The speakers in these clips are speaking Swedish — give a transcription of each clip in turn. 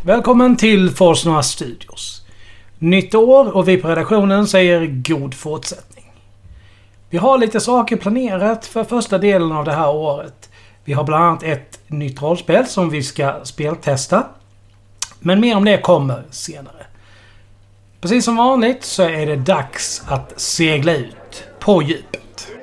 Välkommen till Forsnora Studios. Nytt år och vi på redaktionen säger god fortsättning. Vi har lite saker planerat för första delen av det här året. Vi har bland annat ett nytt rollspel som vi ska speltesta. Men mer om det kommer senare. Precis som vanligt så är det dags att segla ut på djupet.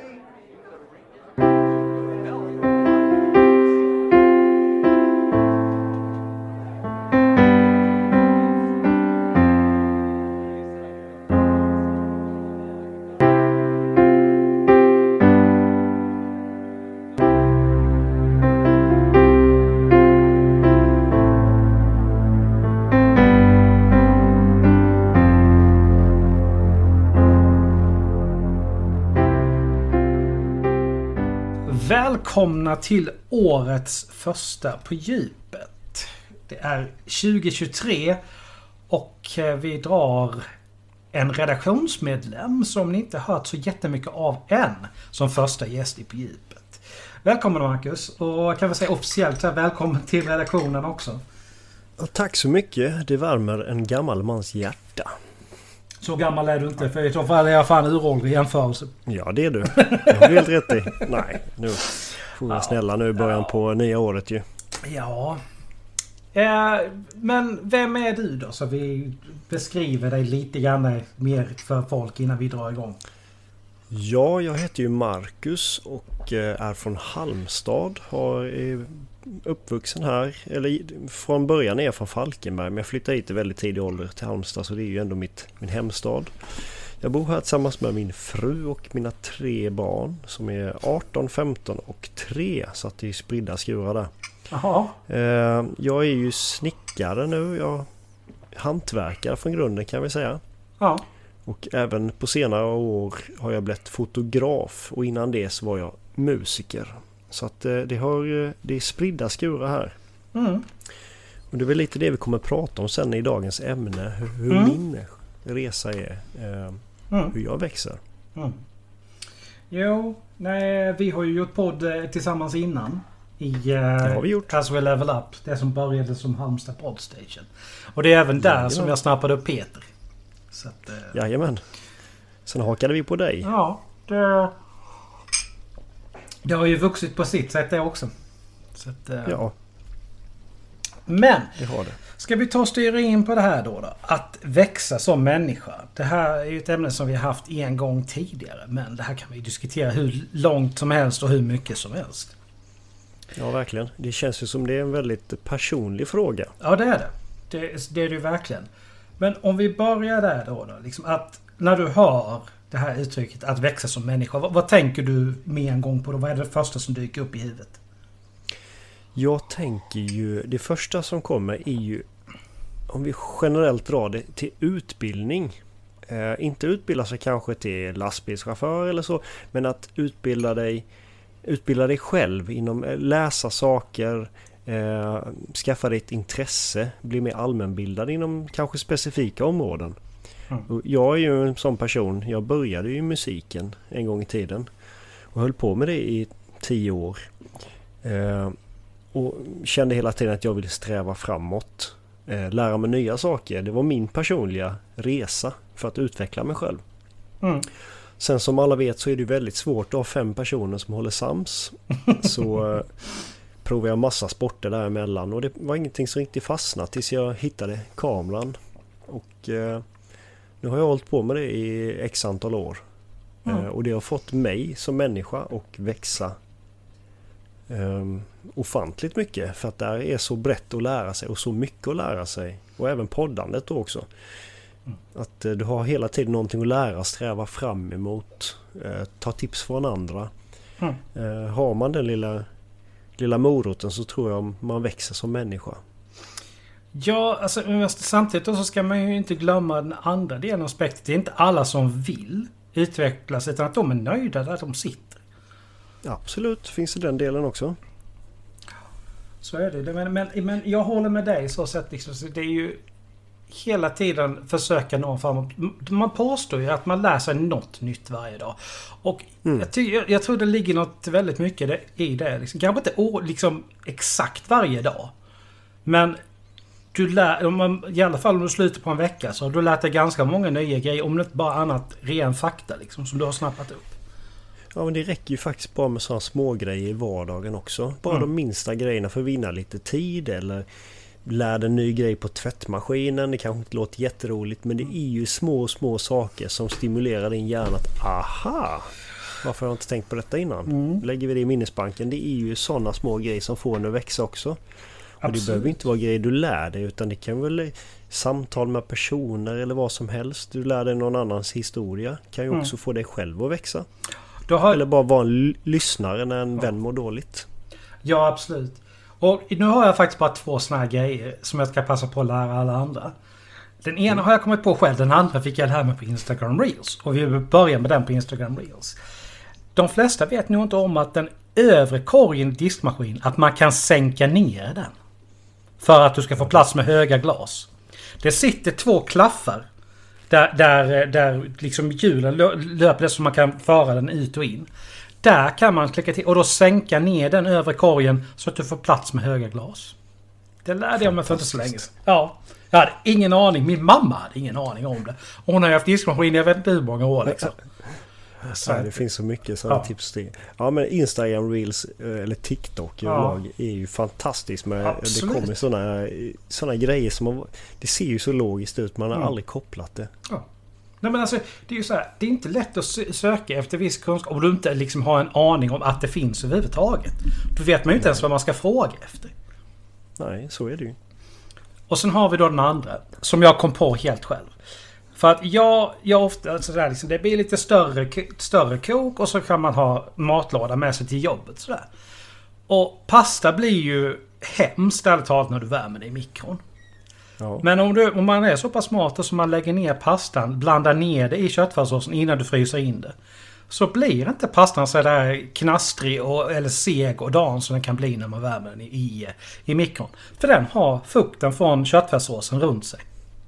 Välkomna till årets första på djupet. Det är 2023 och vi drar en redaktionsmedlem som ni inte hört så jättemycket av än som första gäst i på djupet. Välkommen Marcus, och kan vi säga officiellt välkommen till redaktionen också. Tack så mycket, det värmer en gammal mans hjärta. Så gammal är du inte, för i så fall är jag fan uråldrig i jämförelse. Ja, det är du. Jag har helt rätt i. Nej, nu får vi snälla nu i början på nya året ju. Ja. Men vem är du då? Så vi beskriver dig lite grann mer för folk innan vi drar igång. Ja, jag heter ju Marcus och är från Halmstad. Är uppvuxen här. Eller från början är jag från Falkenberg, men jag flyttade hit i väldigt tidig ålder till Halmstad, så det är ju ändå min hemstad. Jag bor här tillsammans med min fru och mina 3 barn som är 18, 15 och 3, så att det är spridda skurar där. Jaha. Jag är ju snickare nu, jag hantverkare från grunden kan vi säga. Ja. Och även på senare år har jag blivit fotograf, och innan det så var jag musiker. Så att det är spridda skurar här. Mm. Och det är väl lite det vi kommer att prata om sen i dagens ämne. Hur min resa är. Hur jag växer. Mm. Jo, nej, vi har ju gjort podd tillsammans innan. Det har vi gjort. As We Level Up. Det som började som Halmstad Podstation. Och det är även där som jag snappade upp Peter. Så att, jajamän. Sen hakade vi på dig. Ja, det har ju vuxit på sitt sätt det också. Så att, ja. Men, det har det. Ska vi ta och styra in på det här då? Att växa som människa. Det här är ju ett ämne som vi har haft en gång tidigare. Men det här kan vi diskutera hur långt som helst och hur mycket som helst. Ja, verkligen. Det känns ju som det är en väldigt personlig fråga. Ja, det är det. Det är det ju verkligen. Men om vi börjar där då. Liksom att när du hör det här uttrycket att växa som människa. Vad tänker du med en gång på då? Vad är det första som dyker upp i huvudet? Jag tänker ju, det första som kommer är ju, om vi generellt drar det till utbildning. Inte utbilda sig kanske till lastbilschaufför eller så, men att utbilda dig själv inom läsa saker, skaffa dig ett intresse, bli mer allmänbildad inom kanske specifika områden. Och jag är ju en sån person, jag började ju i musiken en gång i tiden och höll på med det i 10 år. Och kände hela tiden att jag ville sträva framåt, lära mig nya saker. Det var min personliga resa för att utveckla mig själv. Sen som alla vet så är det väldigt svårt att ha 5 personer som håller sams. Så provade jag massa sporter däremellan, och det var ingenting som riktigt fastnade tills jag hittade kameran. Och nu har jag hållit på med det i x antal år. Och det har fått mig som människa och växa ofantligt mycket, för att där är så brett att lära sig och så mycket att lära sig, och även poddandet då också. Att du har hela tiden någonting att lära, sträva fram emot, ta tips från andra. Har man den lilla moroten så tror jag man växer som människa. Ja, alltså samtidigt så ska man ju inte glömma den andra delen av aspekten. Det är inte alla som vill utvecklas, utan att de är nöjda där de sitter. Absolut, finns det den delen också. Så är det. Men jag håller med dig så sätt liksom, det är ju hela tiden försöka nå framåt. Man påstår ju att man lär sig något nytt varje dag. Och jag tror det ligger något väldigt mycket i det. Liksom. Kanske inte liksom exakt varje dag. Men I alla fall om du slutar på en vecka så har du lärt dig ganska många nya grejer. Om det inte bara annat ren fakta liksom, som du har snappat upp. Ja, men det räcker ju faktiskt bara med sådana små grejer i vardagen också. Bara de minsta grejerna för att vinna lite tid eller lära dig en ny grej på tvättmaskinen. Det kanske inte låter jätteroligt, men det är ju små saker som stimulerar din hjärna att aha! Varför har jag inte tänkt på detta innan? Lägger vi det i minnesbanken. Det är ju sådana små grejer som får en att växa också. Och det behöver inte vara grejer du lär dig, utan det kan väl samtal med personer eller vad som helst. Du lär dig någon annans historia. Kan ju också få dig själv att växa. Eller bara vara en lyssnare när en vän mår dåligt. Ja, absolut. Och nu har jag faktiskt bara 2 såna här grejer som jag ska passa på att lära alla andra. Den ena har jag kommit på själv, den andra fick jag lära mig på Instagram Reels. Och vi börjar med den på Instagram Reels. De flesta vet nog inte om att den övre korgen i diskmaskin, att man kan sänka ner den. För att du ska få plats med höga glas. Det sitter 2 klaffar där liksom hjulen löper så man kan föra den ut och in. Där kan man klicka till och då sänka ner den övre korgen så att du får plats med höga glas. Det lärde jag mig för inte så länge sedan. Ja, jag hade ingen aning. Min mamma hade ingen aning om det. Och hon har ju haft diskmaskin jag vet inte hur många år liksom. Så. Ja, det finns så mycket sådana tips till. Ja, men Instagram Reels eller TikTok är ju fantastiskt med. Absolut. Det kommer sådana grejer som det ser ju så logiskt ut, man har aldrig kopplat det. Ja. Nej, men alltså, det är ju så här, det är inte lätt att söka efter viss kunskap om du inte liksom har en aning om att det finns överhuvudtaget. Då vet man ju inte ens vad man ska fråga efter. Nej, så är det ju. Och sen har vi då den andra som jag kom på helt själv. För att jag ofta sådär liksom, det blir lite större kok och så kan man ha matlåda med sig till jobbet sådär. Och pasta blir ju hemskt ärligt talat när du värmer det i mikron. Ja. Men om man är så pass smart som man lägger ner pastan, blandar ner det i köttfärssåsen innan du fryser in det, så blir inte pastan så där knastrig eller seg och dan som den kan bli när man värmer den i mikron. För den har fukten från köttfärssåsen runt sig.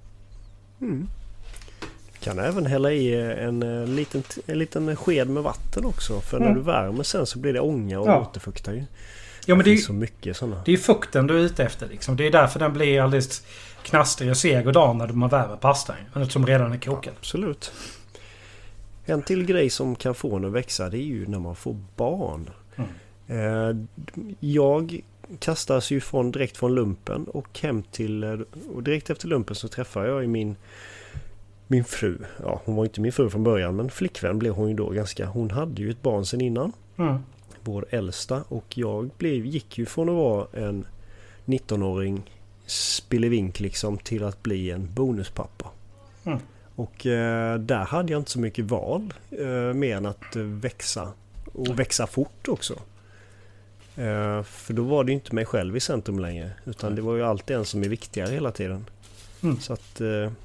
Kan även hälla i en liten sked med vatten också. För när du värmer sen så blir det ånga och återfuktar ju. Ja, men det är så mycket sådana. Det är fukten du är ute efter liksom. Det är därför den blir alldeles knastrig och seg och dan när man värmer pastan. Som redan är kokad. Absolut. En till grej som kan få en att växa, det är ju när man får barn. Jag kastas ju direkt från lumpen och hem till... Och direkt efter lumpen så träffar jag min fru. Ja, hon var inte min fru från början, men flickvän blev hon ju då ganska... Hon hade ju ett barn sedan innan. Vår äldsta. Och jag gick ju från att vara en 19-åring spillevink liksom till att bli en bonuspappa. Och där hade jag inte så mycket val mer än att växa. Och växa fort också. För då var det ju inte mig själv i centrum längre. Utan det var ju alltid en som är viktigare hela tiden. Så att...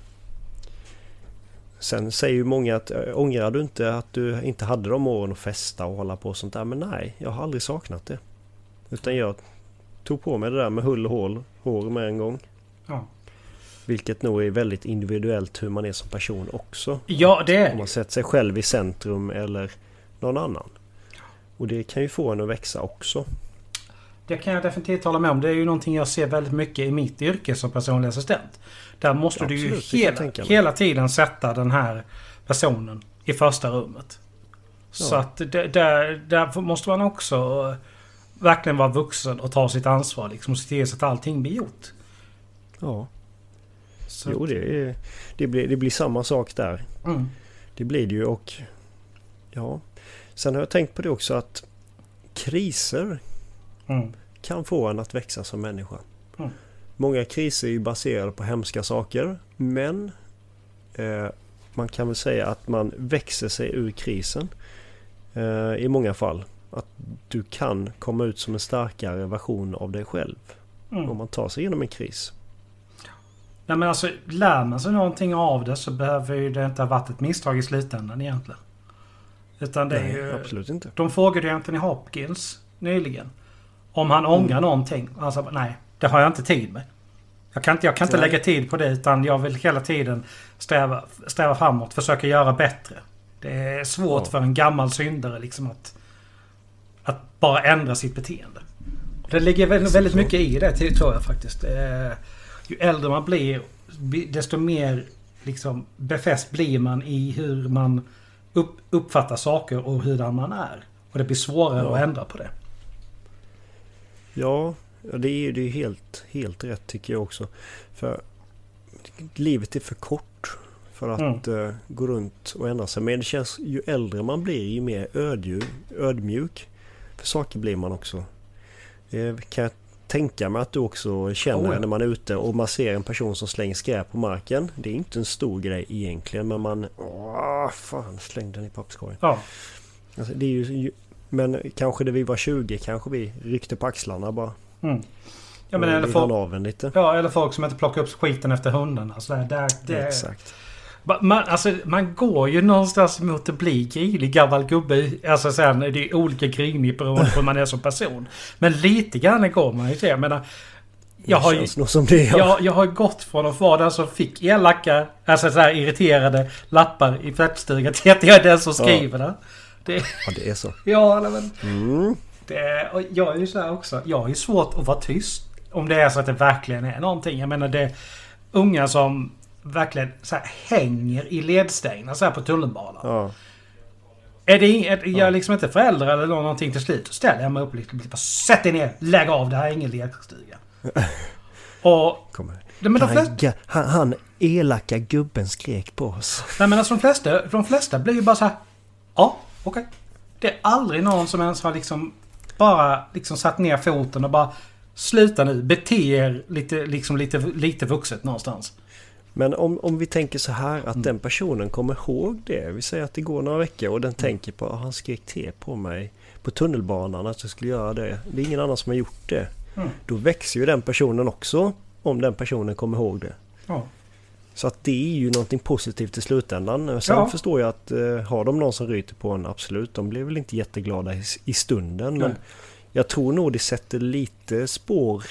Sen säger ju många att ångrar du inte att du inte hade de åren att festa och hålla på och sånt där. Men nej, jag har aldrig saknat det. Utan jag tog på mig det där med hull och hår med en gång. Ja. Vilket nog är väldigt individuellt hur man är som person också. Ja, det är. Om man sätter sig själv i centrum eller någon annan. Och det kan ju få en att växa också. Det kan jag definitivt hålla med om. Det är ju någonting jag ser väldigt mycket i mitt yrke som personlig assistent. Där måste du ju hela tiden sätta den här personen i första rummet. Så att där måste man också verkligen vara vuxen och ta sitt ansvar liksom, och se till så att allting blir gjort. Ja. Så. Jo, det blir samma sak där. Det blir det ju. Och ja. Sen har jag tänkt på det också att kriser kan få en att växa som människa. Många kriser är ju baserade på hemska saker, men man kan väl säga att man växer sig ur krisen i många fall. Att du kan komma ut som en starkare version av dig själv om man tar sig igenom en kris. Nej, men alltså, lär man sig någonting av det så behöver ju det inte ha varit ett misstag i slutändan egentligen. Utan det är ju, absolut inte. De frågade Anthony Hopkins nyligen om han ångrar någonting. Han sa, nej, det har jag inte tid med. Jag kan inte lägga tid på det, utan jag vill hela tiden sträva framåt, försöka göra bättre. Det är svårt för en gammal syndare liksom att bara ändra sitt beteende. Det ligger väldigt mycket i det, tror jag faktiskt. ju äldre man blir, desto mer liksom befäst blir man i hur man uppfattar saker och hur man är. Och det blir svårare att ändra på det. Ja, det är ju helt rätt tycker jag också. För livet är för kort för att gå runt och ändra sig. Men det känns, ju äldre man blir, ju mer ödmjuk för saker blir man också. Kan jag tänka mig att du också känner när man är ute och man ser en person som slänger skräp på marken. Det är inte en stor grej egentligen, men man... fan, släng den i papperskorgen. Ja. Alltså, det är ju... Men kanske när vi var 20 kanske vi ryckte på axlarna bara. Ja, men eller folk som inte plockar upp skiten efter hunden. Alltså Exakt. Man går ju någonstans mot att bli grinig gammal gubbe. Alltså sen är det olika grinig beroende på hur man är som person. Men lite grann går man ju till. Jag menar, jag har gått från att vara den som fick elaka, alltså så här irriterade lappar i tvättstugan till att jag är den som skriver det. Ja, det är så. Ja, men... och jag är ju så här också. Jag har ju svårt att vara tyst om det är så att det verkligen är någonting. Jag menar, det är unga som verkligen så här hänger i ledstängerna så här på tunnelbanan. Ja. Jag är liksom inte förälder eller någonting till slut. Så ställer jag mig upp och liksom, sätt dig ner, lägg av, det här är ingen ledstuga. Och... Han elaka gubben skrek på oss. Nej, men alltså de flesta blir ju bara så här. Ja, okej. Det är aldrig någon som ens har liksom bara liksom satt ner foten och bara sluta nu, bete er lite vuxet någonstans. Men om vi tänker så här att den personen kommer ihåg det. Vi säger att det går några veckor och den tänker på att han skrek till på mig på tunnelbanan att jag skulle göra det. Det är ingen annan som har gjort det. Då växer ju den personen också om den personen kommer ihåg det. Ja. Så att det är ju någonting positivt i slutändan. Sen förstår jag att har de någon som ryter på en, absolut. De blir väl inte jätteglada i stunden. Men jag tror nog det sätter lite spår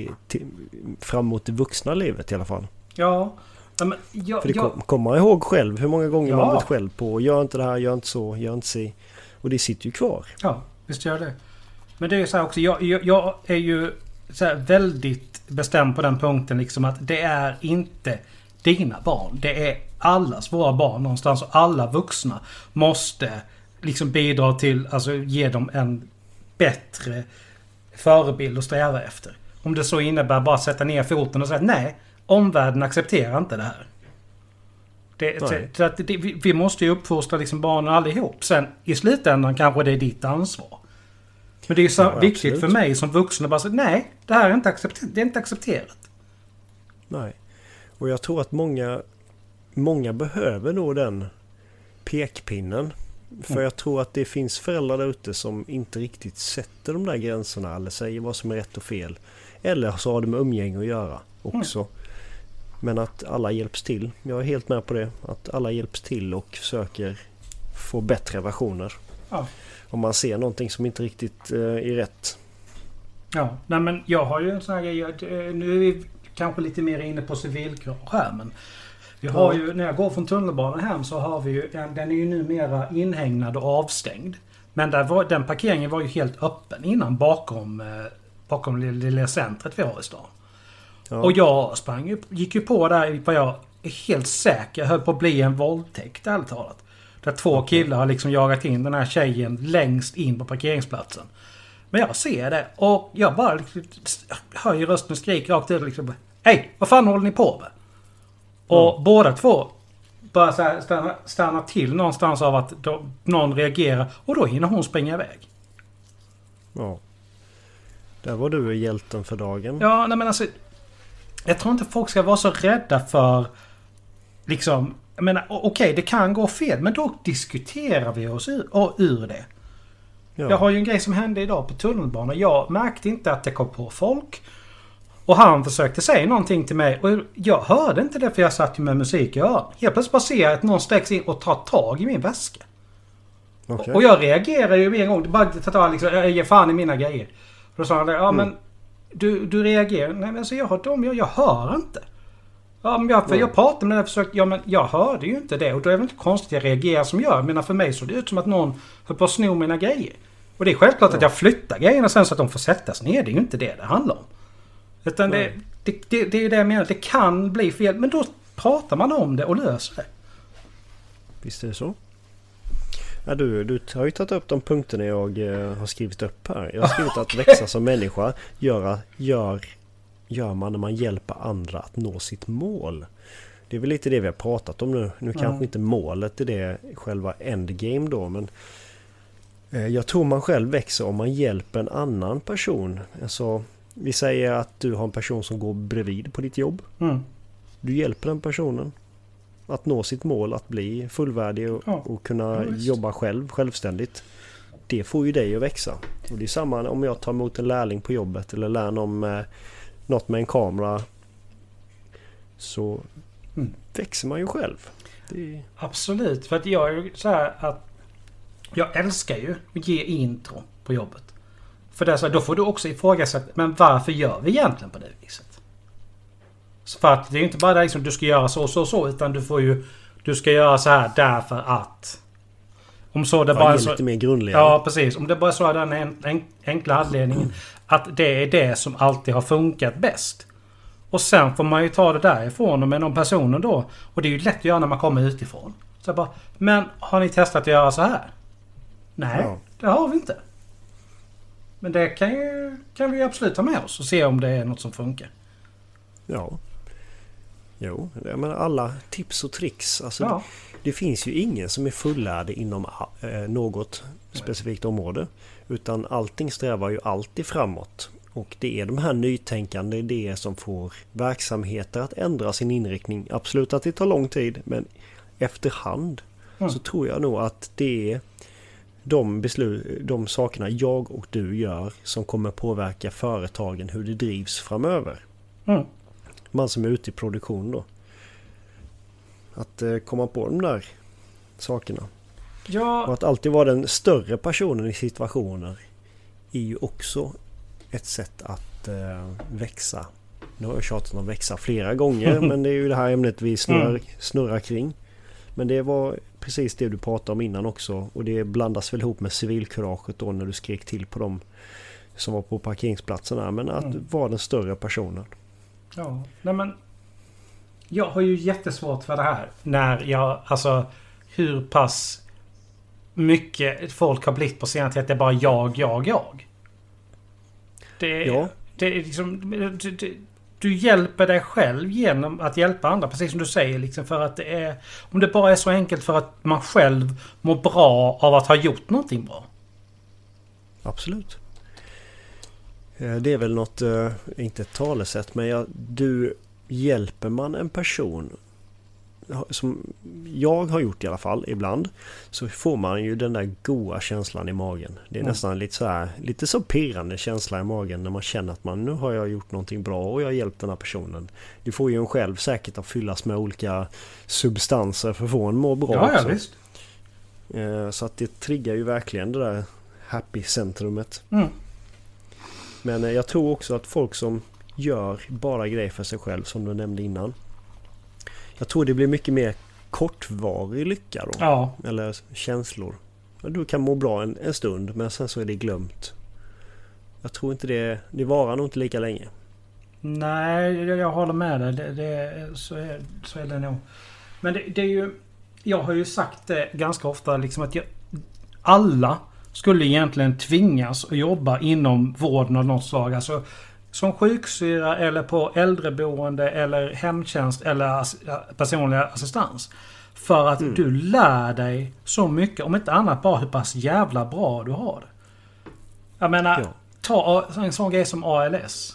fram mot det vuxna livet i alla fall. Ja. Men för det kommer man ihåg själv. Hur många gånger man blivit själv på. Gör inte det här, gör inte så, gör inte så. Och det sitter ju kvar. Ja, visst gör det. Men det är så här också. Jag är ju så här väldigt bestämd på den punkten. Liksom att det är inte... dina barn. Det är allas våra barn någonstans och alla vuxna måste liksom bidra till, alltså ge dem en bättre förebild att sträva efter. Om det så innebär bara att sätta ner foten och säga nej, omvärlden accepterar inte det här. Vi måste ju uppfostra liksom barnen allihop. Sen i slutändan kanske det är ditt ansvar. Men det är ju så viktigt för mig som vuxen att bara säga nej, det här är inte accepterat. Det är inte accepterat. Nej. Och jag tror att många behöver nog den pekpinnen. För jag tror att det finns föräldrar där ute som inte riktigt sätter de där gränserna eller säger vad som är rätt och fel. Eller så har det med umgänge att göra också. Men att alla hjälps till. Jag är helt med på det. Att alla hjälps till och försöker få bättre versioner. Ja. Om man ser någonting som inte riktigt är rätt. Ja, nej men jag har ju en sån här grej. Nu är vi kanske lite mer inne på civilkurage här, men vi har ju, när jag går från tunnelbanan hem så har vi ju, den är ju numera inhägnad och avstängd. Men den parkeringen var ju helt öppen innan bakom det lilla centret vi har i stan. Ja. Och jag gick ju på där, vad jag är helt säker höll på att bli en våldtäkt, ärligt talat. Där två killar har liksom jagat in den här tjejen längst in på parkeringsplatsen. Men jag ser det och jag bara liksom, höjer rösten och skriker rakt ut liksom, hej, vad fan håller ni på med? Och båda två bara så här stannar till någonstans av att någon reagerar och då hinner hon springa iväg. Ja. Där var du hjälten för dagen. Ja, nej men alltså jag tror inte folk ska vara så rädda för liksom, jag menar okej, det kan gå fel, men då diskuterar vi oss ur det. Ja. Jag har ju en grej som hände idag på tunnelbanan. Jag märkte inte att det kom på folk. Och han försökte säga någonting till mig. Och jag hörde inte det för jag satt ju med musik i öronen. Helt plötsligt bara ser jag att någon sträcks in och tar tag i min väska. Okay. Och jag reagerar ju med en gång. Bara tar liksom, jag ger fan i mina grejer. Och då sa han, ja men du reagerar. Nej men alltså jag hör inte. Ja men jag pratade med det och men jag hörde ju inte det. Och då är det inte konstigt att jag reagerar som jag. Men för mig så det ut som att någon höll på att sno mina grejer. Och det är självklart att jag flyttar grejerna sen så att de får sättas ner. Det är ju inte det handlar om. Utan Det är ju det jag menar. Det kan bli fel. Men då pratar man om det och löser det. Visst är det så. Ja, du har ju tagit upp de punkterna jag har skrivit upp här. Jag har skrivit att växa som människa gör man när man hjälper andra att nå sitt mål. Det är väl lite det vi har pratat om nu. Nu kanske inte målet är det själva endgame då, men jag tror man själv växer om man hjälper en annan person. Alltså, vi säger att du har en person som går bredvid på ditt jobb. Du hjälper den personen att nå sitt mål, att bli fullvärdig och kunna jobba självständigt. Det får ju dig att växa. Och det är samma om jag tar emot en lärling på jobbet eller lär om något med en kamera, så växer man ju själv. Absolut, för att jag är ju så här att jag älskar ju att ge intro på jobbet. För det är så här, då får du också ifrågasätta, men varför gör vi egentligen på det viset? Så för att det är ju inte bara det liksom, du ska göra så, utan du ska göra så här därför att. Om så det bara är så, lite mer grundligare. Ja, precis. Om det bara så är den enkla anledningen att det är det som alltid har funkat bäst. Och sen får man ju ta det därifrån och med någon personen då. Och det är ju lätt att göra när man kommer utifrån. Så jag bara, men har ni testat att göra så här? Nej, det har vi inte. Men det kan vi absolut ta med oss och se om det är något som funkar. Ja. Jo, jag menar alla tips och tricks. Alltså det finns ju ingen som är fullärd inom något specifikt område. Utan allting strävar ju alltid framåt. Och det är de här nytänkande idéer som får verksamheter att ändra sin inriktning. Absolut att det tar lång tid, men efterhand så tror jag nog att det är de sakerna jag och du gör som kommer påverka företagen, hur det drivs framöver. Man som är ute i produktion då. Att komma på de där sakerna. Ja. Och att alltid vara den större personen i situationer är ju också ett sätt att växa. Nu har jag tjatat om växa flera gånger, men det är ju det här ämnet vi snurrar kring. Men det var precis det du pratade om innan också. Och det blandas väl ihop med civilkuraget då när du skrek till på dem som var på parkeringsplatserna. Men att vara den större personen. Ja, nej men jag har ju jättesvårt för det här. När jag, alltså hur pass mycket folk har blivit på senare tid att det är bara jag. Det är liksom, du hjälper dig själv genom att hjälpa andra, precis som du säger, liksom, för att det är, om det bara är så enkelt för att man själv mår bra av att ha gjort någonting bra. Absolut. Det är väl något, inte ett talesätt, men hjälper man en person, som jag har gjort i alla fall ibland, så får man ju den där goda känslan i magen. Det är nästan lite så pirrande känsla i magen när man känner att nu har jag gjort någonting bra och jag har hjälpt den här personen. Det får ju en själv säkert att fyllas med olika substanser för att få en må bra också. Visst. Så att det triggar ju verkligen det där happy-centrumet. Men jag tror också att folk som gör bara grejer för sig själv, som du nämnde innan, jag tror det blir mycket mer kortvarig lycka då. Ja. Eller känslor. Du kan må bra en stund, men sen så är det glömt. Jag tror inte det varar nog inte lika länge. Nej, jag håller med dig. Så är det nog. Men det är ju, jag har ju sagt det ganska ofta liksom, att alla skulle egentligen tvingas att jobba inom vården av något slag. Alltså som sjuksyra eller på äldreboende eller hemtjänst eller personlig assistans. För att du lär dig så mycket, om inte annat bara hur pass jävla bra du har det. Jag menar, ta en sån grej som ALS.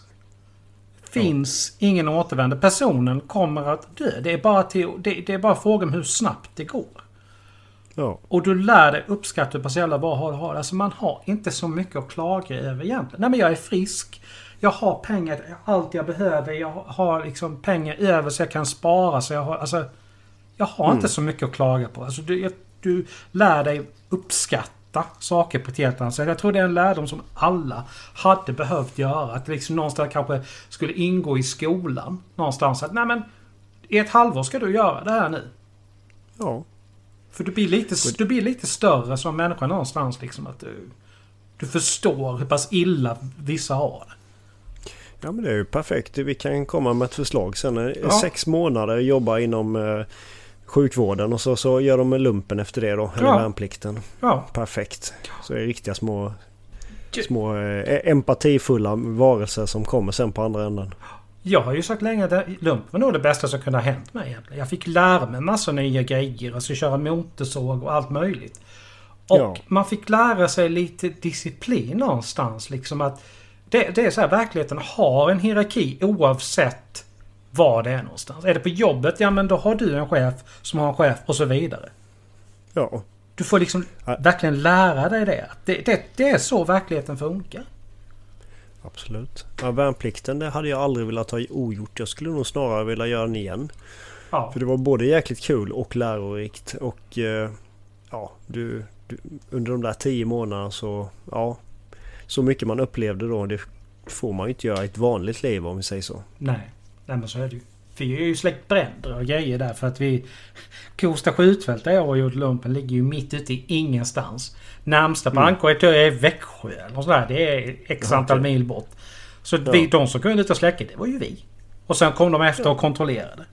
Finns ingen återvändo. Personen kommer att dö. Det är bara frågan om hur snabbt det går. Ja. Och du lär dig uppskatta hur pass jävla bra har det. Alltså man har inte så mycket att klaga över egentligen. Nej, men jag är frisk. Jag har pengar, allt jag behöver. Jag har liksom pengar över så jag kan spara. Så jag har inte så mycket att klaga på. Alltså du lär dig uppskatta saker på ett helt annat sätt. Jag tror det är en lärdom som alla hade behövt göra. Att liksom någonstans kanske skulle ingå i skolan. Någonstans att nej men i ett halvår ska du göra det här nu. Ja. För du blir lite större som människa någonstans liksom, att du förstår hur pass illa vissa har det. Ja, men det är ju perfekt. Vi kan komma med ett förslag sen. Ja. 6 månader jobba inom sjukvården och så gör de lumpen efter det då. Eller värnplikten. Ja. Perfekt. Så är det riktiga små empatifulla varelser som kommer sen på andra änden. Jag har ju sagt länge att lumpen var nog det bästa som kunde ha hänt mig egentligen. Jag fick lära mig massa nya grejer. Alltså köra motorsåg och allt möjligt. Och man fick lära sig lite disciplin någonstans. Liksom att det är så här, verkligheten har en hierarki oavsett var det är någonstans. Är det på jobbet, ja men då har du en chef som har en chef och så vidare. Ja. Du får liksom verkligen lära dig det. Det är så verkligheten funkar. Absolut. Ja, värnplikten, det hade jag aldrig velat ha ogjort. Jag skulle nog snarare vilja göra den igen. Ja. För det var både jäkligt kul och lärorikt. Och du under de där 10 månaderna så mycket man upplevde då, det får man ju inte göra i ett vanligt liv om vi säger så. Nej men så är det ju. Vi har ju släckt bränder och grejer där för att Kosta skjutfält där jag har gjort lumpen ligger ju mitt ute i ingenstans. Närmsta brandkår är Växjö eller sådär. Det är x antal mil bort. Så de som kunde ut och släcka, det var ju vi. Och sen kom de efter och kontrollerade.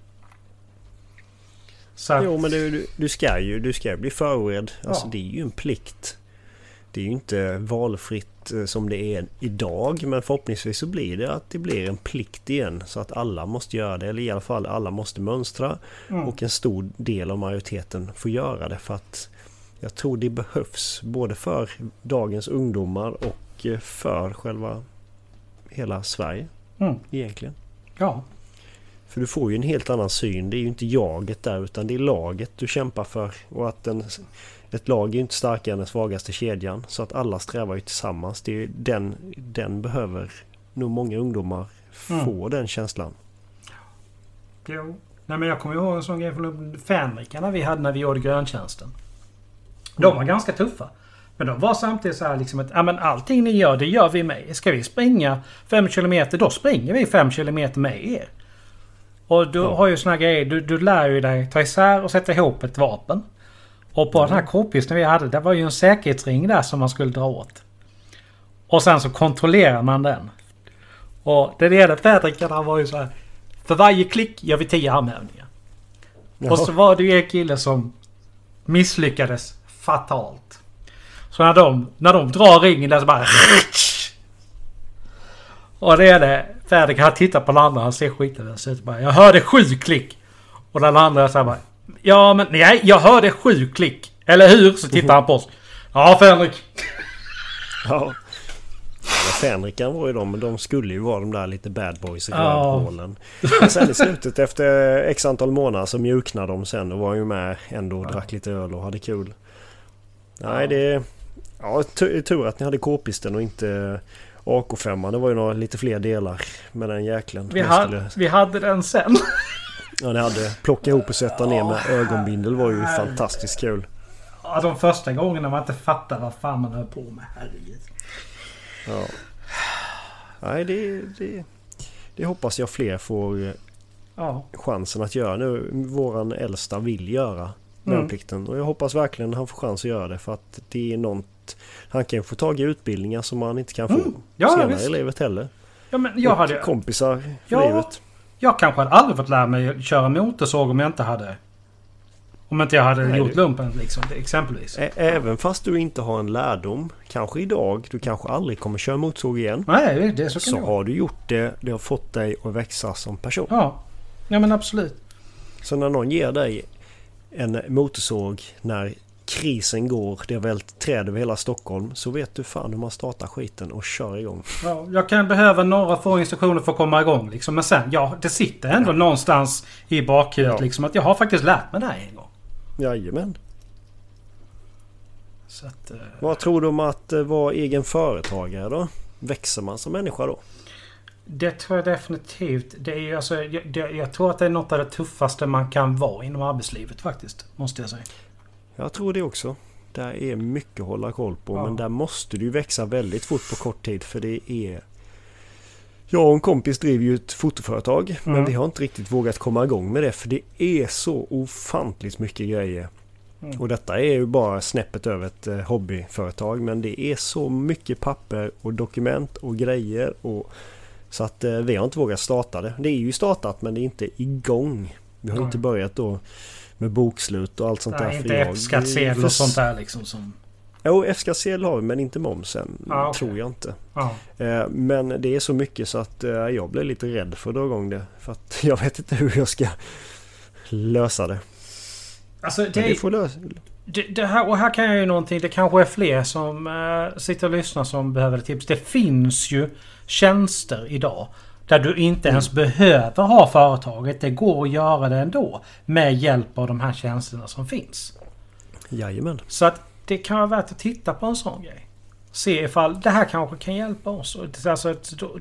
Så att, jo, men du ska ju bli förberedd. Alltså det är ju en plikt. Det är ju inte valfritt som det är idag, men förhoppningsvis så blir det att det blir en plikt igen så att alla måste göra det, eller i alla fall alla måste mönstra och en stor del av majoriteten får göra det, för att jag tror det behövs både för dagens ungdomar och för själva hela Sverige egentligen. Ja. För du får ju en helt annan syn. Det är ju inte jaget där utan det är laget du kämpar för, och att ett lag är ju inte starkare än den svagaste kedjan, så att alla strävar ju tillsammans. Det är ju den behöver nog många ungdomar få den känslan. Jo. Nej, men jag kommer ihåg en sån grej från fanrikarna vi hade när vi gjorde gröntjänsten. De var ganska tuffa. Men de var samtidigt så här liksom att men allting ni gör, det gör vi med. Ska vi springa 5 kilometer, då springer vi 5 kilometer med er. Och du har ju såna grejer, du lär ju dig ta isär och sätta ihop ett vapen. Och på den här k-pisten vi hade, det var ju en säkerhetsring där som man skulle dra åt. Och sen så kontrollerar man den. Och det ena Fädrikarna var ju så här, för varje klick gör vi 10 armhävningar. Och så var det ju en kille som misslyckades fatalt. Så när de drar ringen där så bara... Och det är det. Fredrik har tittat på den andra. Han ser skitnervös ut. Jag hörde 7 klick. Och den andra så bara... Ja men nej, jag hörde 7 klick. Eller hur? Så tittar han på oss. Ja, Fredrik. Ja. Fänrikan var ju de skulle ju vara de där lite bad boys i grönhålen. Men sen i slutet efter x antal månader så mjuknade de sen och var ju med ändå och drack lite öl och hade kul. Nej, det... Ja, tur att ni hade k-pisten och inte AK5. Det var ju några lite fler delar med den jäklen. Vi hade den sen. Ja, ni hade plocka ihop och sätta ner med ögonbindel var ju fantastiskt kul. Ja, de första gångerna man inte fattar vad fan man höll på med. Herregud. Ja. Nej, det hoppas jag fler får chansen att göra. Nu våran äldsta vill göra värnplikten och jag hoppas verkligen han får chans att göra det, för att det är något han kan få tag i utbildningar som man inte kan få senare i livet heller. Ja, men jag hade kompisar för livet. Jag kanske hade aldrig fått lära mig köra motorsåg om jag inte hade gjort lumpen liksom, exempelvis. Även fast du inte har en lärdom, kanske idag, du kanske aldrig kommer köra motorsåg igen. Nej, det så har du gjort det har fått dig att växa som person. Ja men absolut. Så när någon ger dig en motorsåg när krisen går, det är väl träd över hela Stockholm, så vet du fan hur man startar skiten och kör igång. Ja, jag kan behöva några få instruktioner för att komma igång liksom, men sen, det sitter ändå någonstans i bakhuvudet liksom, att jag har faktiskt lärt mig det här en gång. Jajamän. Så att, vad tror du om att vara egen företagare då? Växer man som människa då? Det tror jag definitivt. Det är ju alltså, jag tror att det är något av det tuffaste man kan vara inom arbetslivet faktiskt, måste jag säga. Jag tror det också. Det är mycket att hålla koll på, men där måste du växa väldigt fort på kort tid, för det är... Jag och en kompis driver ju ett fotoföretag, men vi har inte riktigt vågat komma igång med det, för det är så ofantligt mycket grejer. Och detta är ju bara snäppet över ett hobbyföretag, men det är så mycket papper och dokument och grejer och Så att vi har inte vågat starta det. Det är ju startat men det är inte igång. Vi har inte börjat då med bokslut och allt sånt där. Inte F-skattsedel och sånt där liksom som... Jo, F-skattsedel har vi men inte momsen. Tror jag inte. Men det är så mycket så att jag blir lite rädd för att dra igång det. För att jag vet inte hur jag ska lösa det. Alltså det får lösa. Det här, och här kan jag ju någonting. Det kanske är fler som sitter och lyssnar som behöver tips. Det finns ju tjänster idag där du inte ens behöver ha företaget. Det går att göra det ändå med hjälp av de här tjänsterna som finns. Jajamän. Så att det kan vara värt att titta på en sån grej. Se ifall det här kanske kan hjälpa oss. Alltså,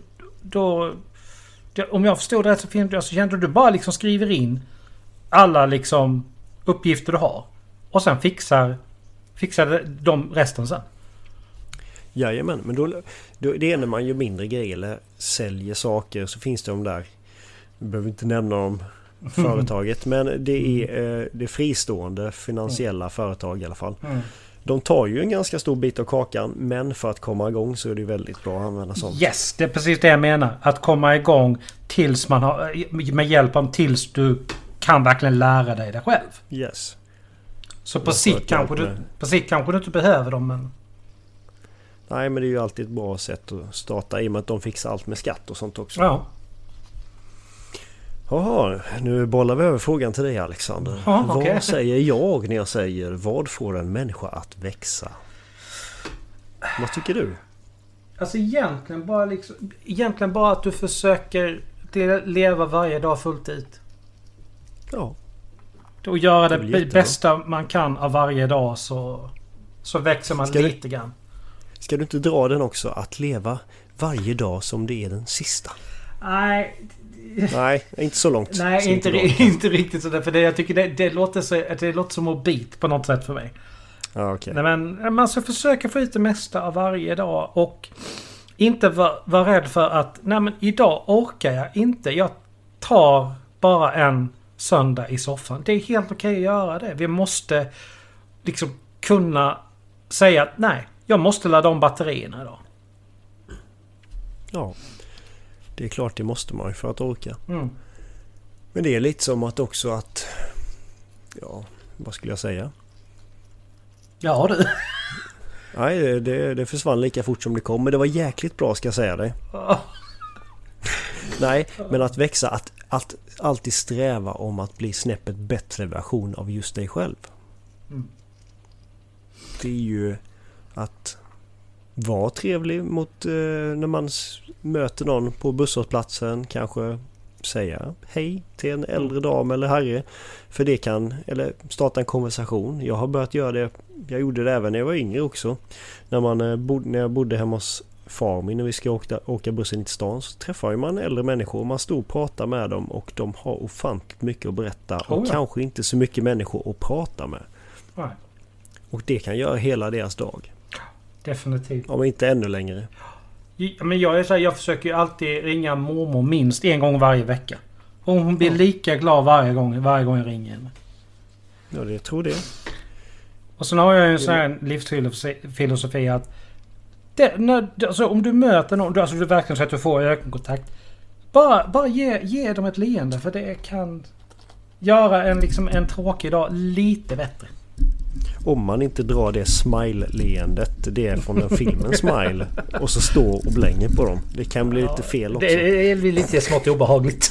om jag förstår det rätt så finns det, så känner du bara liksom skriver in alla liksom uppgifter du har. Och sen fixar de resten sen. Jajamän, men då det är när man gör mindre grejer eller säljer saker så finns det de där. Vi behöver inte nämna om företaget, men det är det fristående finansiella företag i alla fall. De tar ju en ganska stor bit av kakan, men för att komma igång så är det väldigt bra att använda sånt. Yes, det är precis det jag menar. Att komma igång tills man har, med hjälp av tills du kan verkligen lära dig det själv. Yes. Så på sikt kanske du inte behöver dem, men... Nej, men det är ju alltid ett bra sätt att starta i och med att de fixar allt med skatt och sånt också. Ja. Jaha, nu bollar vi över frågan till dig, Alexander. Vad säger jag när jag säger vad får en människa att växa? Vad tycker du? Alltså egentligen bara att du försöker leva varje dag fullt ut. Ja. Och göra det bästa man kan av varje dag så växer man lite grann. Ska du inte dra den också att leva varje dag som det är den sista? Nej, inte så långt. Nej, inte riktigt sådär. För jag tycker det låter så mobilt på något sätt för mig. Ja, okej. Nej, men man ska försöka få ut det mesta av varje dag. Och inte vara rädd för att nej, men idag orkar jag inte. Jag tar bara en söndag i soffan. Det är helt okej att göra det. Vi måste liksom kunna säga att nej, jag måste ladda om batterierna idag. Ja. Det är klart, det måste man ju för att orka. Men det är lite som att också att... Ja, vad skulle jag säga? Ja, du. Nej, det försvann lika fort som det kom. Men det var jäkligt bra, ska jag säga dig. Nej, men att växa, att alltid sträva om att bli snäppet bättre version av just dig själv. Det är ju att vara trevlig mot när man möter någon på busshållplatsen, kanske säga hej till en äldre dam eller herre, för det kan, eller starta en konversation. Jag har börjat göra det, jag gjorde det även när jag var yngre också, när jag bodde hemma hos far min, när vi ska åka bussen in till stan, så träffar man äldre människor och man står och pratar med dem och de har ofantligt mycket att berätta och kanske inte så mycket människor att prata med. Nej. Och det kan göra hela deras dag. Definitivt. Om inte ännu längre. Men jag försöker ju alltid ringa mormor minst en gång varje vecka. Och hon blir lika glad varje gång jag ringer henne. Ja, det tror det. Och sen har jag en sån här livsfilosofi att alltså, om du möter någon, alltså du verkligen så att du får ögonkontakt, bara ge dem ett leende, för det kan göra en tråkig dag lite bättre. Om man inte drar det smile-leendet, det är från den filmen Smile, och så står och blänger på dem. Det kan bli lite fel också. Det blir lite smått obehagligt.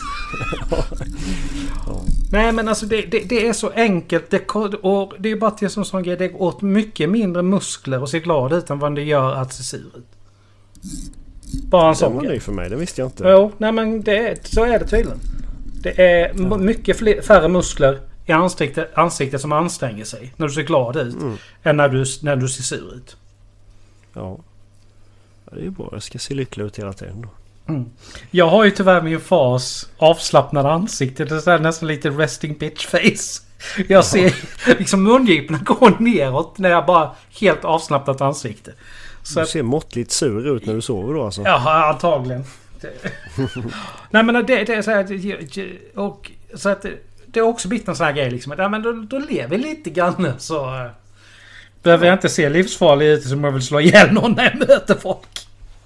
Nej, men alltså det är så enkelt. Och det är bara till som sån grej. Det går åt mycket mindre muskler och se glad ut än vad det gör att se sur ut. Bara en sån grej. För mig, det visste jag inte. Jo, nej men så är det tydligen. Det är mycket färre muskler i ansiktet som anstränger sig när du ser glad ut än när du ser sur ut. Ja. Det är bra. Jag ska se lycklig ut hela tiden då. Jag har ju tyvärr min fars avslappnade ansikte. Det är nästan lite resting bitch face. Jag ser liksom mungiporna gå neråt när jag bara helt avslappnat ansikte. Så du ser måttligt sur ut när du sover då alltså? Ja, antagligen. Nej, men det är så här, och så att det är också blivit en sån här grej liksom, att ja, men då lever vi lite grann, så behöver jag inte se livsfarlig ut som jag vill slå ihjäl någon när jag möter folk.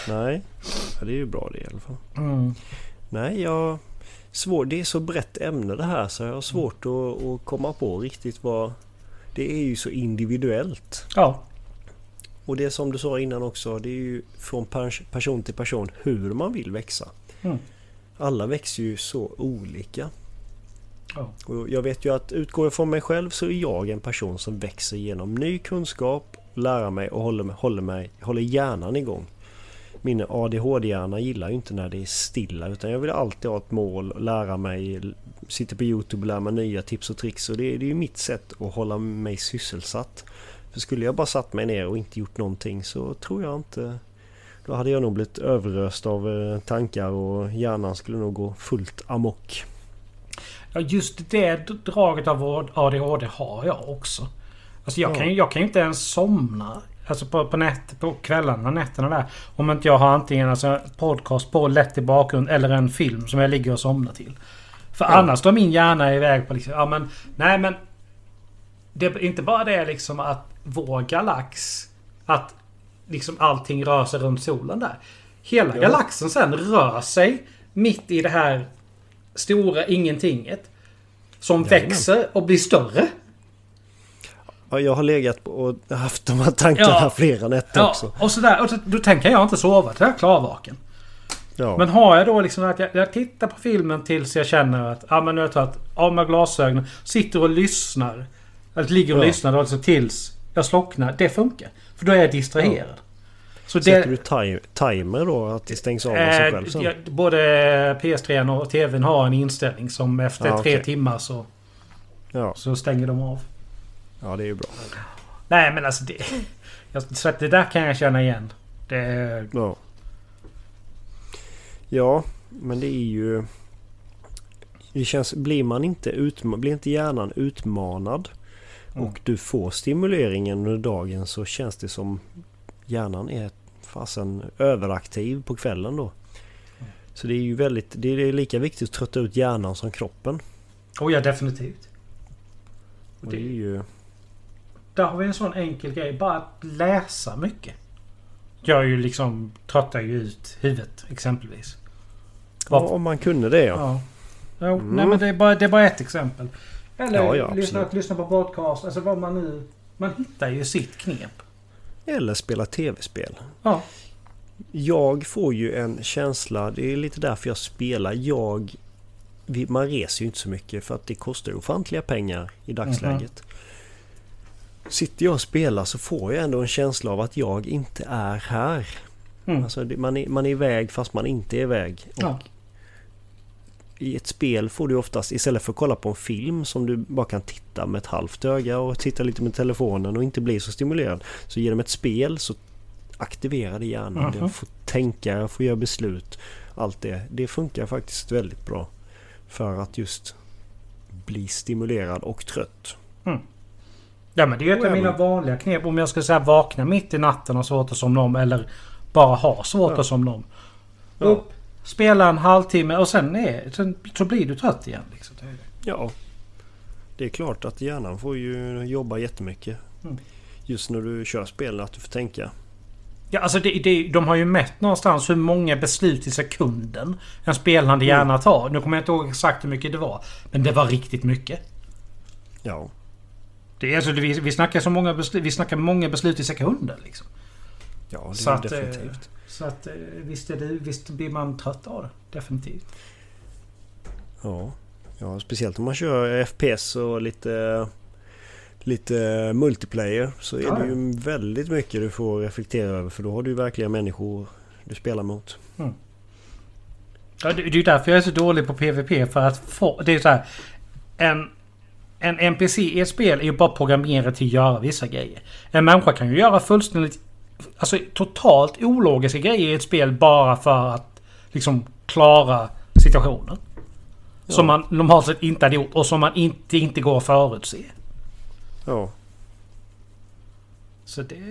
Nej, ja, det är ju bra det i alla fall. Mm. Nej, det är så brett ämne det här så jag har svårt att komma på riktigt vad... Det är ju så individuellt. Ja. Och det som du sa innan också, det är ju från person till person hur man vill växa. Mm. Alla växer ju så olika. Ja. Och jag vet ju att utgår jag från mig själv så är jag en person som växer genom ny kunskap, lära mig och håller hjärnan igång. Min ADHD-hjärna gillar ju inte när det är stilla utan jag vill alltid ha ett mål, lära mig, sitta på YouTube och lära mig nya tips och tricks och det är ju mitt sätt att hålla mig sysselsatt. För skulle jag bara satt mig ner och inte gjort någonting så tror jag inte... Då hade jag nog blivit överröst av tankar och hjärnan skulle nog gå fullt amok. Ja, just det draget av ADHD har jag också. Alltså jag kan ju inte ens somna alltså på kvällarna, nätterna där. Om inte jag har antingen alltså podcast på lätt i bakgrund eller en film som jag ligger och somnar till. För annars står min hjärna iväg på liksom, men det är inte bara det liksom att vår galax, att liksom allting rör sig runt solen där. Hela galaxen sen rör sig mitt i det här stora ingentinget som växer och blir större. Ja, jag har legat och haft de här tankarna flera nätter också. Och sådär. Och då tänker jag inte sova till jag är klarvaken. Ja. Men har jag då liksom att jag tittar på filmen tills jag känner att men nu har jag tagit av med glasögonen, sitter och lyssnar. Eller ligger och lyssnar alltså tills jag slocknar. Det funkar. För då är jag distraherad. Ja. Så sätter du timer då att det stängs av av sig själv sen? Både PS3 och TVn har en inställning som efter 3 timmar så stänger de av. Ja, det är ju bra. Nej, men alltså så att det där kan jag känna igen. Ja, men det är ju... Det känns... Blir inte hjärnan utmanad och du får stimuleringen under dagen så känns det som hjärnan är fasen överaktiv på kvällen då. Så det är ju det är lika viktigt att trötta ut hjärnan som kroppen. Ja, definitivt. Och det är ju... Där har vi en sån enkel grej. Bara att läsa mycket. Jag ju liksom tröttar ju ut huvudet exempelvis. Om man kunde det, Nej, men det är bara ett exempel. Eller lyssna på podcast. Alltså vad man nu... Man hittar ju sitt knep. Eller spela tv-spel. Ja. Jag får ju en känsla... Det är lite därför jag spelar. Man reser ju inte så mycket för att det kostar ofantliga pengar i dagsläget. Sitter jag och spelar så får jag ändå en känsla av att jag inte är här. Alltså man är iväg fast man inte är iväg. Och i ett spel får du oftast, istället för att kolla på en film som du bara kan titta med ett halvt öga och titta lite med telefonen och inte bli så stimulerad, så genom ett spel så aktiverar det hjärnan. Jag får tänka, jag får göra beslut. Allt det funkar faktiskt väldigt bra för att just bli stimulerad och trött. Ja, men det är ett av mina vanliga knep. Om jag ska säga vakna mitt i natten och svårt att somna om, eller bara ha svårt att somna om. Upp, spela en halvtimme och sen så blir du trött igen. Liksom. Ja, det är klart att hjärnan får ju jobba jättemycket. Just när du kör spel, att du får tänka. Ja, alltså de har ju mätt någonstans hur många beslut i sekunden en spelande hjärna tar. Nu kommer jag inte ihåg exakt hur mycket det var. Men det var riktigt mycket. Ja. Det är alltså, vi snackar så många beslut, vi snackar många beslut i sekunder liksom. Ja, det är definitivt. Så att visst blir man trött av det. Definitivt. Ja, speciellt om man kör FPS och lite multiplayer så är det ju väldigt mycket du får reflektera över, för då har du verkliga människor du spelar mot. Ja, det är därför jag är så dålig på PvP, för att det är så här, en NPC i ett spel är ju bara programmerad till att göra vissa grejer. En människa kan ju göra fullständigt, alltså totalt ologiska grejer i ett spel bara för att liksom klara situationen. Som man normalt sett inte hade gjort och som man inte går att förutse. Ja. Så det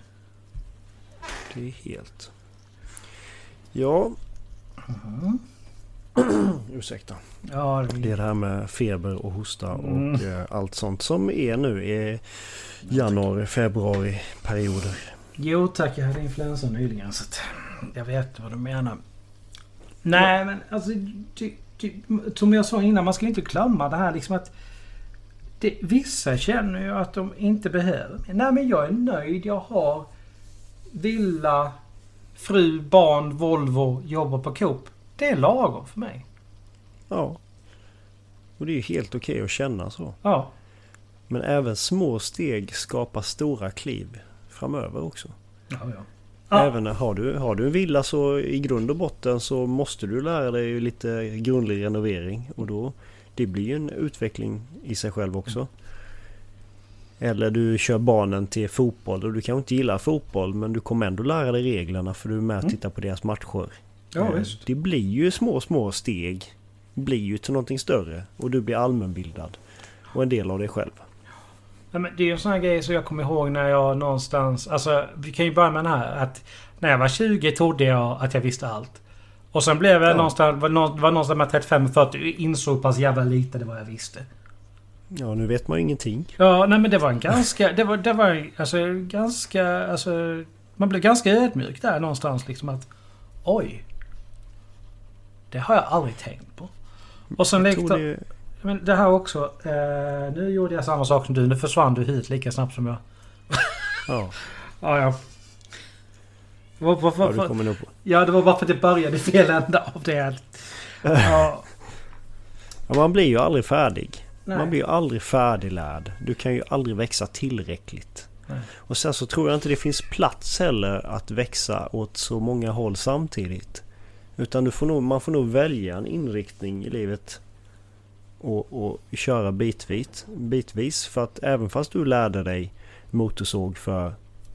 är helt... Ja. Ursäkta. Ja, det är det här med feber och hosta och allt sånt som är nu i januari, februari perioder. Jo tack, jag hade influensa nyligen så att... Jag vet vad du menar. Nej, men alltså... Som jag sa innan, man ska inte glömma det här liksom att... vissa känner ju att de inte behöver. Nej, men jag är nöjd. Jag har villa, fru, barn, Volvo, jobbar på Coop. Det är lagom för mig. Ja. Och det är ju helt okej att känna så. Ja. Men även små steg skapar stora kliv framöver också. Ja. Även har du en villa så i grund och botten så måste du lära dig lite grundlig renovering. Och då det blir ju en utveckling i sig själv också. Eller du kör barnen till fotboll och du kan inte gilla fotboll men du kommer ändå lära dig reglerna för du är med och tittar på deras matcher. Ja, visst. Det blir ju små steg. Blir ju till någonting större och du blir allmänbildad. Och en del av dig själv. Ja, men det är ju en sån här grej som jag kommer ihåg när jag någonstans... Alltså, vi kan ju börja med den här. Att när jag var 20 trodde jag att jag visste allt. Och sen blev jag någonstans... Var någonstans med 35-40 insåg pass jävla lite det vad jag visste. Ja, nu vet man ju ingenting. Ja, nej men det var en ganska... Det var alltså ganska... Alltså, man blev ganska ödmjuk där någonstans liksom att... Oj. Det har jag aldrig tänkt på. Och sen lekte... Men det här också... nu gjorde jag samma sak som du. Nu försvann du hit lika snabbt som jag. Ja. Ja. Varför? Ja, du kommer nog på. Ja, det var bara för att det började fel ända av det. Ja. Ja, man blir ju aldrig färdig. Nej. Man blir ju aldrig färdiglärd. Du kan ju aldrig växa tillräckligt. Nej. Och sen så tror jag inte det finns plats heller att växa åt så många håll samtidigt. Utan man får nog välja en inriktning i livet och köra bitvis. För att även fast du lärde dig motorsåg för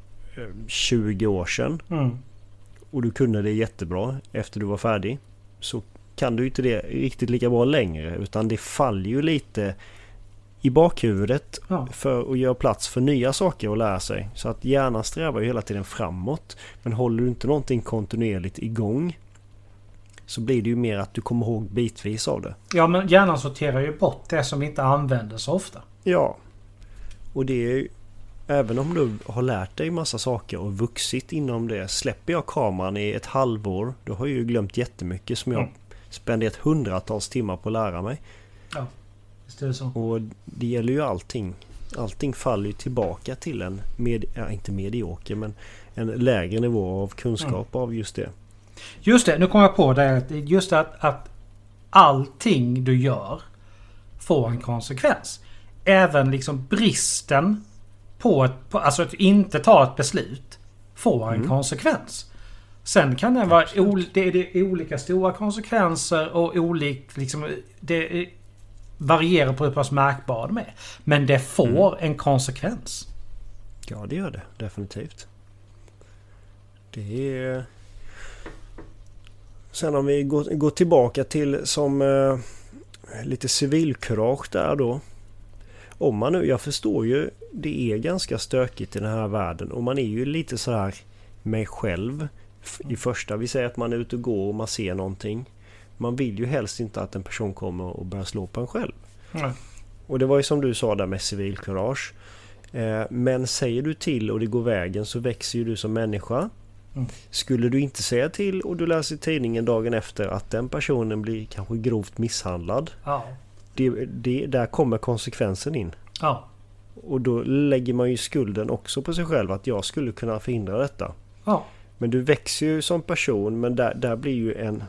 20 år sedan och du kunde det jättebra efter du var färdig, så kan du inte det riktigt lika bra längre, utan det faller ju lite i bakhuvudet för att göra plats för nya saker att lära sig. Så att hjärnan strävar ju hela tiden framåt, men håller du inte någonting kontinuerligt igång så blir det ju mer att du kommer ihåg bitvis av det. Ja, men hjärnan sorterar ju bort det som inte använder så ofta. Ja, och det är ju, även om du har lärt dig massa saker och vuxit inom det, släpper jag kameran i ett halvår, då har jag ju glömt jättemycket som jag spenderat hundratals timmar på att lära mig. Ja, visst är det så. Och det gäller ju allting. Allting faller ju tillbaka till en, inte medioker, men en lägre nivå av kunskap av just det. Just det, nu kommer jag på det. Just att allting du gör får en konsekvens. Även liksom bristen på alltså att inte ta ett beslut får en konsekvens. Sen kan det vara det är olika stora konsekvenser och det varierar på hur pass märkbar de är. Men det får en konsekvens. Ja, det gör det. Definitivt. Det är... Sen om vi går tillbaka till som lite civilkurage där då. Om man nu, jag förstår ju, det är ganska stökigt i den här världen och man är ju lite så här mig själv i första. Vi säger att man är ute och går och man ser någonting. Man vill ju helst inte att en person kommer och börjar slå på en själv. Och det var ju som du sa där med civilkurage. Men säger du till och det går vägen så växer ju du som människa. Skulle du inte säga till och du läser i tidningen dagen efter att den personen blir kanske grovt misshandlad. Där kommer konsekvensen in. Och då lägger man ju skulden också på sig själv att jag skulle kunna förhindra detta. Men du växer ju som person, men där blir ju en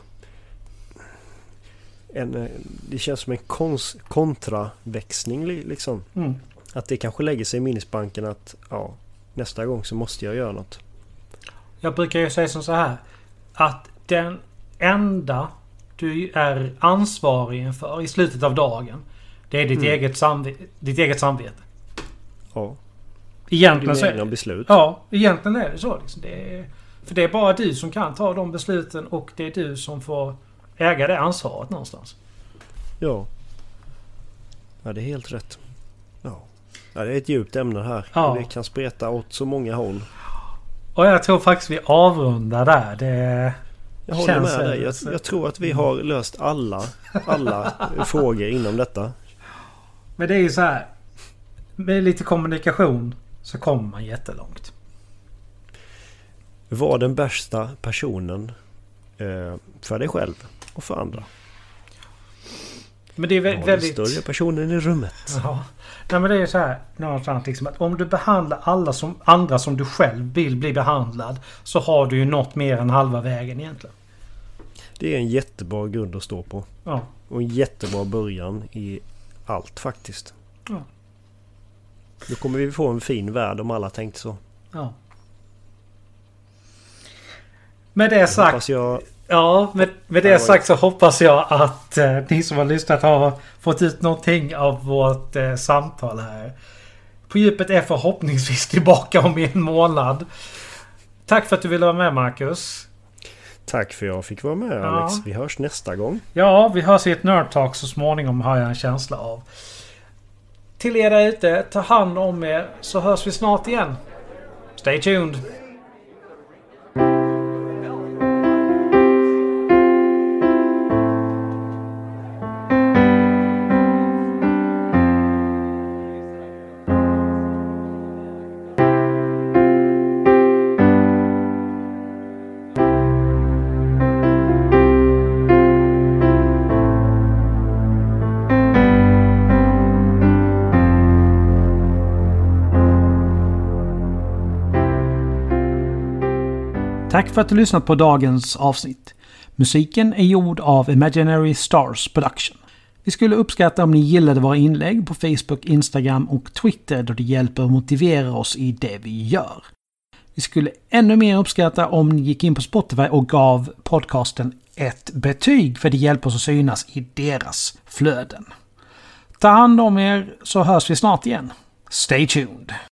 det känns som en kontraväxning liksom. Att det kanske lägger sig i minnesbanken att nästa gång så måste jag göra något. Jag brukar ju säga som så här att den enda du är ansvarig för i slutet av dagen, det är ditt eget samvete. Ja. Egentligen så egna beslut. Ja, egentligen är det så liksom. För det är bara du som kan ta de besluten och det är du som får äga det ansvaret någonstans. Ja. Ja, det är helt rätt. Ja, det är ett djupt ämne här. Ja. Och det kan spreta åt så många håll. Och jag tror faktiskt vi avrundar där. Jag håller med dig. Jag tror att vi har löst alla frågor inom detta. Men det är ju så här. Med lite kommunikation så kommer man jättelångt. Var den bästa personen för dig själv och för andra. Men det är väldigt... Den större personen i rummet. Ja. Nej, men det är ju så här någonstans liksom att om du behandlar alla som andra som du själv vill bli behandlad, så har du ju nått mer än halva vägen egentligen. Det är en jättebra grund att stå på. Ja. Och en jättebra början i allt faktiskt. Ja. Då kommer vi få en fin värld om alla tänkte så. Ja. Med det sagt... Ja, med det sagt så hoppas jag att ni som har lyssnat har fått ut någonting av vårt samtal här. På djupet är förhoppningsvis tillbaka om 1 månad. Tack för att du ville vara med, Marcus. Tack för att jag fick vara med, Alex. Vi hörs nästa gång. Ja, vi hörs i ett Nerd Talk så småningom, har jag en känsla av. Till er där ute, ta hand om er så hörs vi snart igen. Stay tuned! Tack för att du lyssnat på dagens avsnitt. Musiken är gjord av Imaginary Stars Production. Vi skulle uppskatta om ni gillade våra inlägg på Facebook, Instagram och Twitter, då det hjälper att motivera oss i det vi gör. Vi skulle ännu mer uppskatta om ni gick in på Spotify och gav podcasten ett betyg, för det hjälper oss att synas i deras flöden. Ta hand om er så hörs vi snart igen. Stay tuned!